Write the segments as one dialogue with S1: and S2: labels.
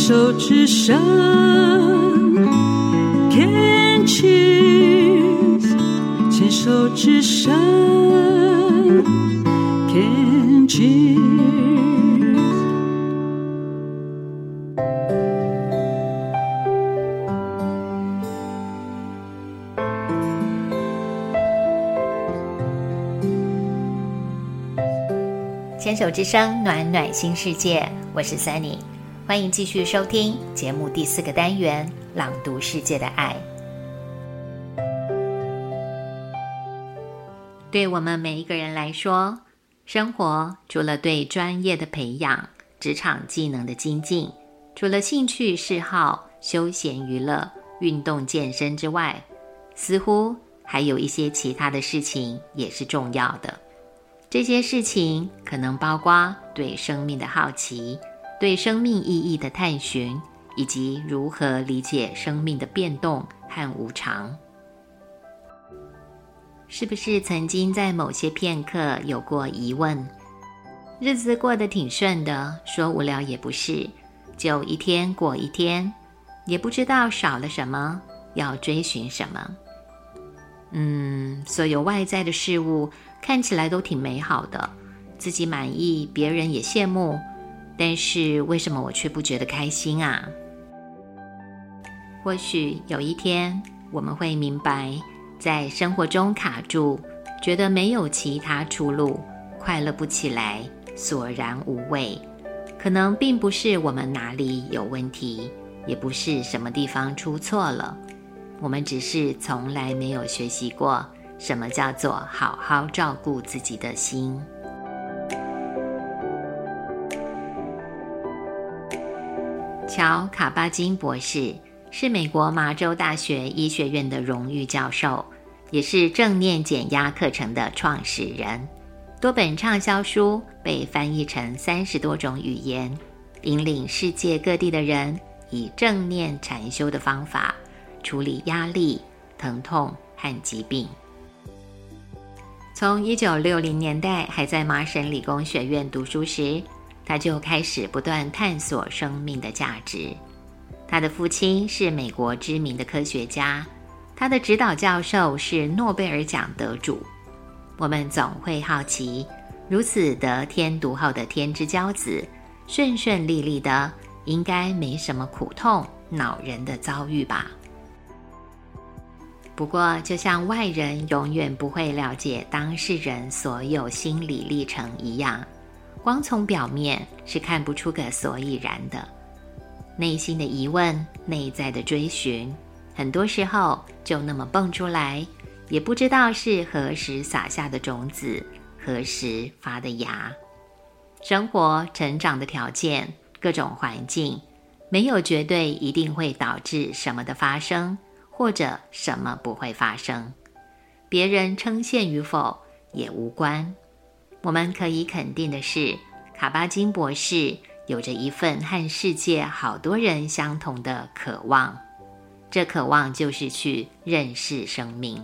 S1: 手之声 Can Cheers， 牵手之声 Can Cheers。
S2: 牵手之声，暖暖新世界，我是 Sunny， 欢迎继续收听节目第4个单元，朗读世界的爱。对我们每一个人来说，生活除了对专业的培养、职场技能的精进，除了兴趣嗜好、休闲娱乐、运动健身之外，似乎还有一些其他的事情也是重要的。这些事情可能包括对生命的好奇，对生命意义的探寻，以及如何理解生命的变动和无常。是不是曾经在某些片刻有过疑问？日子过得挺顺的，说无聊也不是，就一天过一天，也不知道少了什么，要追寻什么。所有外在的事物看起来都挺美好的，自己满意，别人也羡慕，但是为什么我却不觉得开心啊？或许有一天我们会明白，在生活中卡住，觉得没有其他出路，快乐不起来，索然无味，可能并不是我们哪里有问题，也不是什么地方出错了，我们只是从来没有学习过什么叫做好好照顾自己的心。乔·卡巴金博士是美国麻州大学医学院的荣誉教授，也是正念减压课程的创始人，多本畅销书被翻译成30多种语言，引领世界各地的人以正念禅修的方法处理压力、疼痛和疾病。从1960年代还在麻省理工学院读书时，他就开始不断探索生命的价值。他的父亲是美国知名的科学家，他的指导教授是诺贝尔奖得主。我们总会好奇，如此得天独厚的天之骄子，顺顺利利的，应该没什么苦痛恼人的遭遇吧。不过就像外人永远不会了解当事人所有心理历程一样，光从表面是看不出个所以然的。内心的疑问，内在的追寻，很多时候就那么蹦出来，也不知道是何时撒下的种子，何时发的芽。生活成长的条件，各种环境，没有绝对一定会导致什么的发生，或者什么不会发生，别人称羡与否也无关。我们可以肯定的是，卡巴金博士有着一份和世界好多人相同的渴望，这渴望就是去认识生命。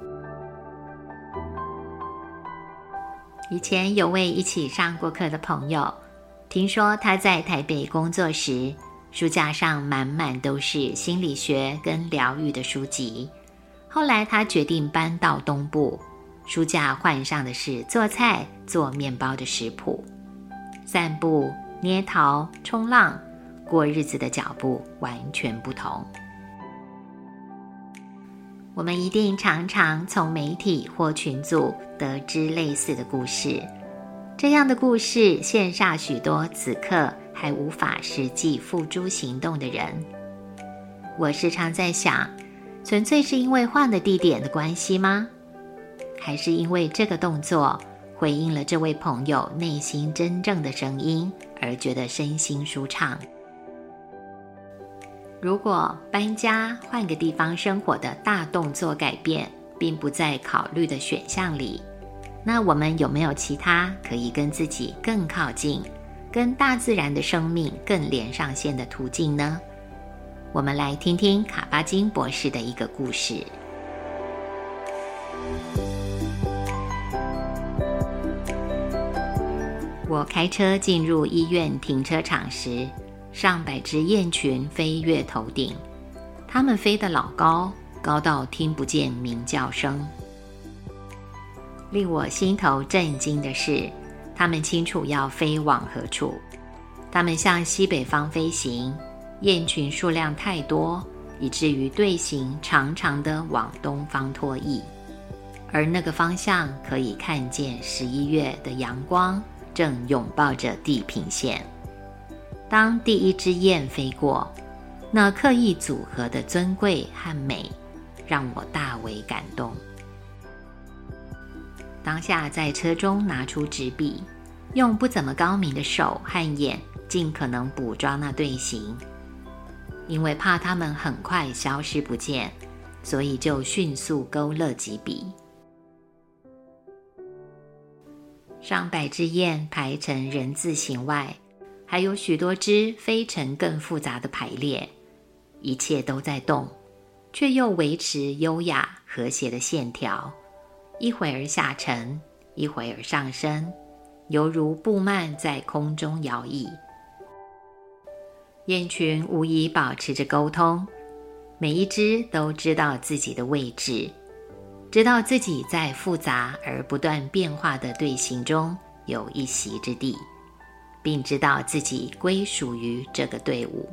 S2: 以前有位一起上过课的朋友，听说他在台北工作时，书架上满满都是心理学跟疗愈的书籍。后来他决定搬到东部，书架换上的是做菜、做面包的食谱。散步、捏陶、冲浪，过日子的脚步完全不同。我们一定常常从媒体或群组得知类似的故事，这样的故事羡煞许多此刻还无法实际付诸行动的人。我时常在想，纯粹是因为换了地点的关系吗？还是因为这个动作回应了这位朋友内心真正的声音，而觉得身心舒畅？如果搬家换个地方生活的大动作改变并不在考虑的选项里，那我们有没有其他可以跟自己更靠近，跟大自然的生命更连上线的途径呢？我们来听听卡巴金博士的一个故事。我开车进入医院停车场时， 上百只雁群飞越头顶，它们飞得老高，高到听不见鸣叫声。令我心头震惊的是，它们清楚要飞往何处。它们向西北方飞行，雁群数量太多，以至于队形长长的往东方拖曳，而那个方向可以看见11月的阳光正拥抱着地平线。当第一只雁飞过，那刻意组合的尊贵和美让我大为感动。当下在车中拿出纸笔，用不怎么高明的手和眼尽可能捕捉那队形，因为怕它们很快消失不见，所以就迅速勾勒几笔。上百只雁排成人字形外，还有许多只飞成更复杂的排列，一切都在动，却又维持优雅和谐的线条，一会儿下沉，一会儿上升，犹如布幔在空中摇曳。雁群无疑保持着沟通，每一只都知道自己的位置，知道自己在复杂而不断变化的队形中有一席之地，并知道自己归属于这个队伍。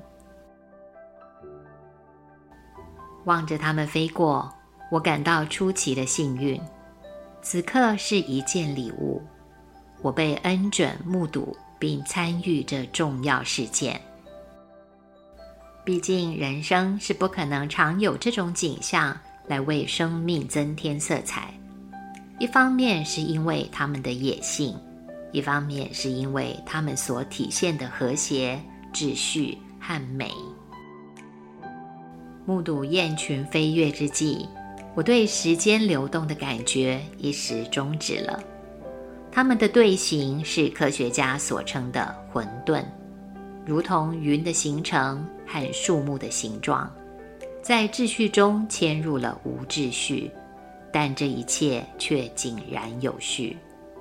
S2: 望着它们飞过，我感到出奇的幸运。此刻是一件礼物，我被恩准目睹并参与这重要事件。毕竟人生是不可能常有这种景象来为生命增添色彩，一方面是因为他们的野性，一方面是因为他们所体现的和谐、秩序和美。目睹雁群飞跃之际，我对时间流动的感觉一时终止了。它们的队形是科学家所称的混沌，如同云的形成和树木的形状，在秩序中嵌入了无秩序，但这一切却井然有序。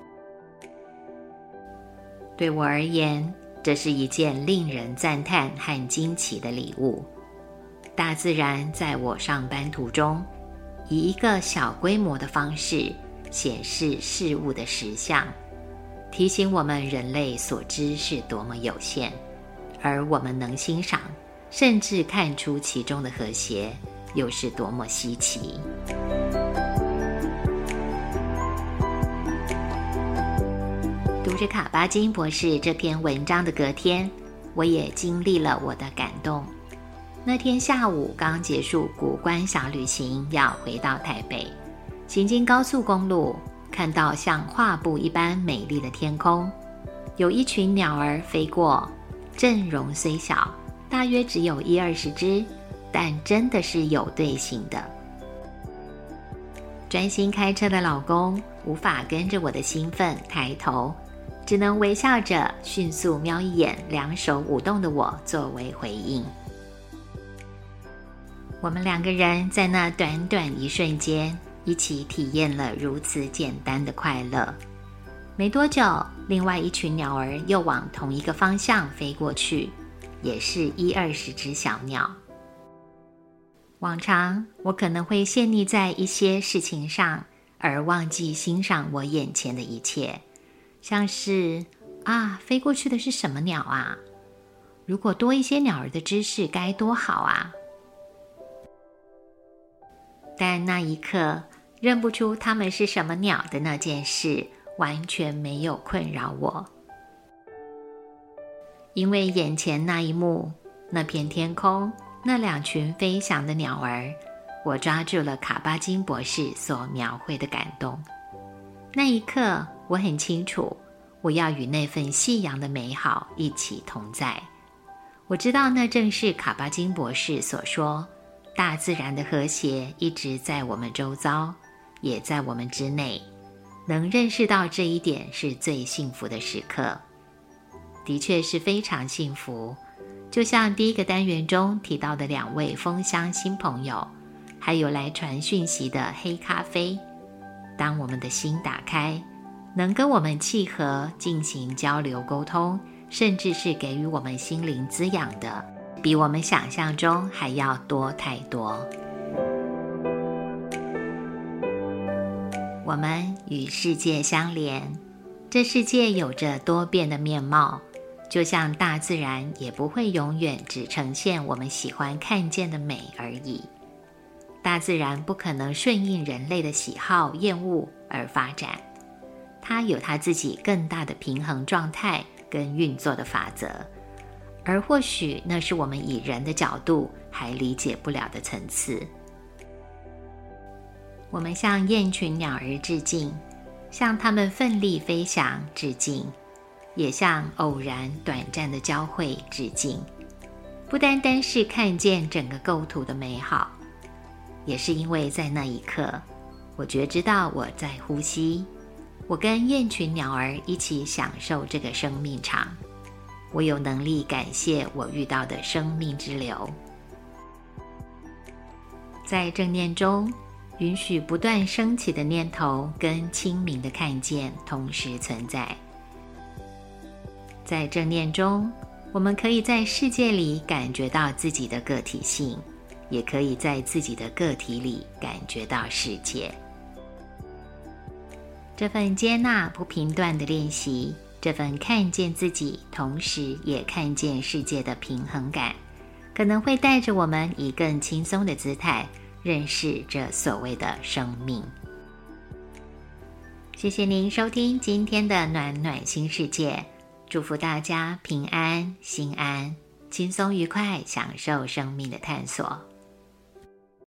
S2: 对我而言，这是一件令人赞叹和惊奇的礼物。大自然在我上班途中，以一个小规模的方式显示事物的实相，提醒我们人类所知是多么有限，而我们能欣赏甚至看出其中的和谐又是多么稀奇。读着卡巴金博士这篇文章的隔天，我也经历了我的感动。那天下午刚结束古关小旅行，要回到台北，行经高速公路，看到像画布一般美丽的天空，有一群鸟儿飞过，阵容虽小，大约只有10-20只，但真的是有队形的。专心开车的老公无法跟着我的兴奋抬头，只能微笑着迅速瞄一眼两手舞动的我作为回应。我们两个人在那短短一瞬间一起体验了如此简单的快乐。没多久，另外一群鸟儿又往同一个方向飞过去，也是10-20只小鸟。往常我可能会陷溺在一些事情上，而忘记欣赏我眼前的一切，像是飞过去的是什么鸟啊？如果多一些鸟儿的知识该多好啊！但那一刻认不出它们是什么鸟的那件事完全没有困扰我，因为眼前那一幕，那片天空，那两群飞翔的鸟儿，我抓住了卡巴金博士所描绘的感动。那一刻我很清楚，我要与那份夕阳的美好一起同在。我知道那正是卡巴金博士所说，大自然的和谐一直在我们周遭，也在我们之内，能认识到这一点是最幸福的时刻。的确是非常幸福，就像第一个单元中提到的2位封箱新朋友，还有来传讯息的黑咖啡。当我们的心打开，能跟我们契合进行交流沟通， 甚至是给予我们心灵滋养的，比我们想象中还要多太多。我们与世界相连，这世界有着多变的面貌，就像大自然也不会永远只呈现我们喜欢看见的美而已。大自然不可能顺应人类的喜好厌恶而发展，它有它自己更大的平衡状态跟运作的法则，而或许那是我们以人的角度还理解不了的层次。我们向雁群鸟儿致敬，向它们奋力飞翔致敬，也向偶然短暂的交汇致敬。不单单是看见整个构图的美好，也是因为在那一刻，我觉知到我在呼吸，我跟雁群鸟儿一起享受这个生命场，我有能力感谢我遇到的生命之流。在正念中，允许不断升起的念头跟清明的看见同时存在。在正念中，我们可以在世界里感觉到自己的个体性，也可以在自己的个体里感觉到世界。这份接纳不评断的练习，这份看见自己同时也看见世界的平衡感，可能会带着我们以更轻松的姿态认识这所谓的生命。谢谢您收听今天的暖暖新世界，祝福大家平安心安，轻松愉快享受生命的探索。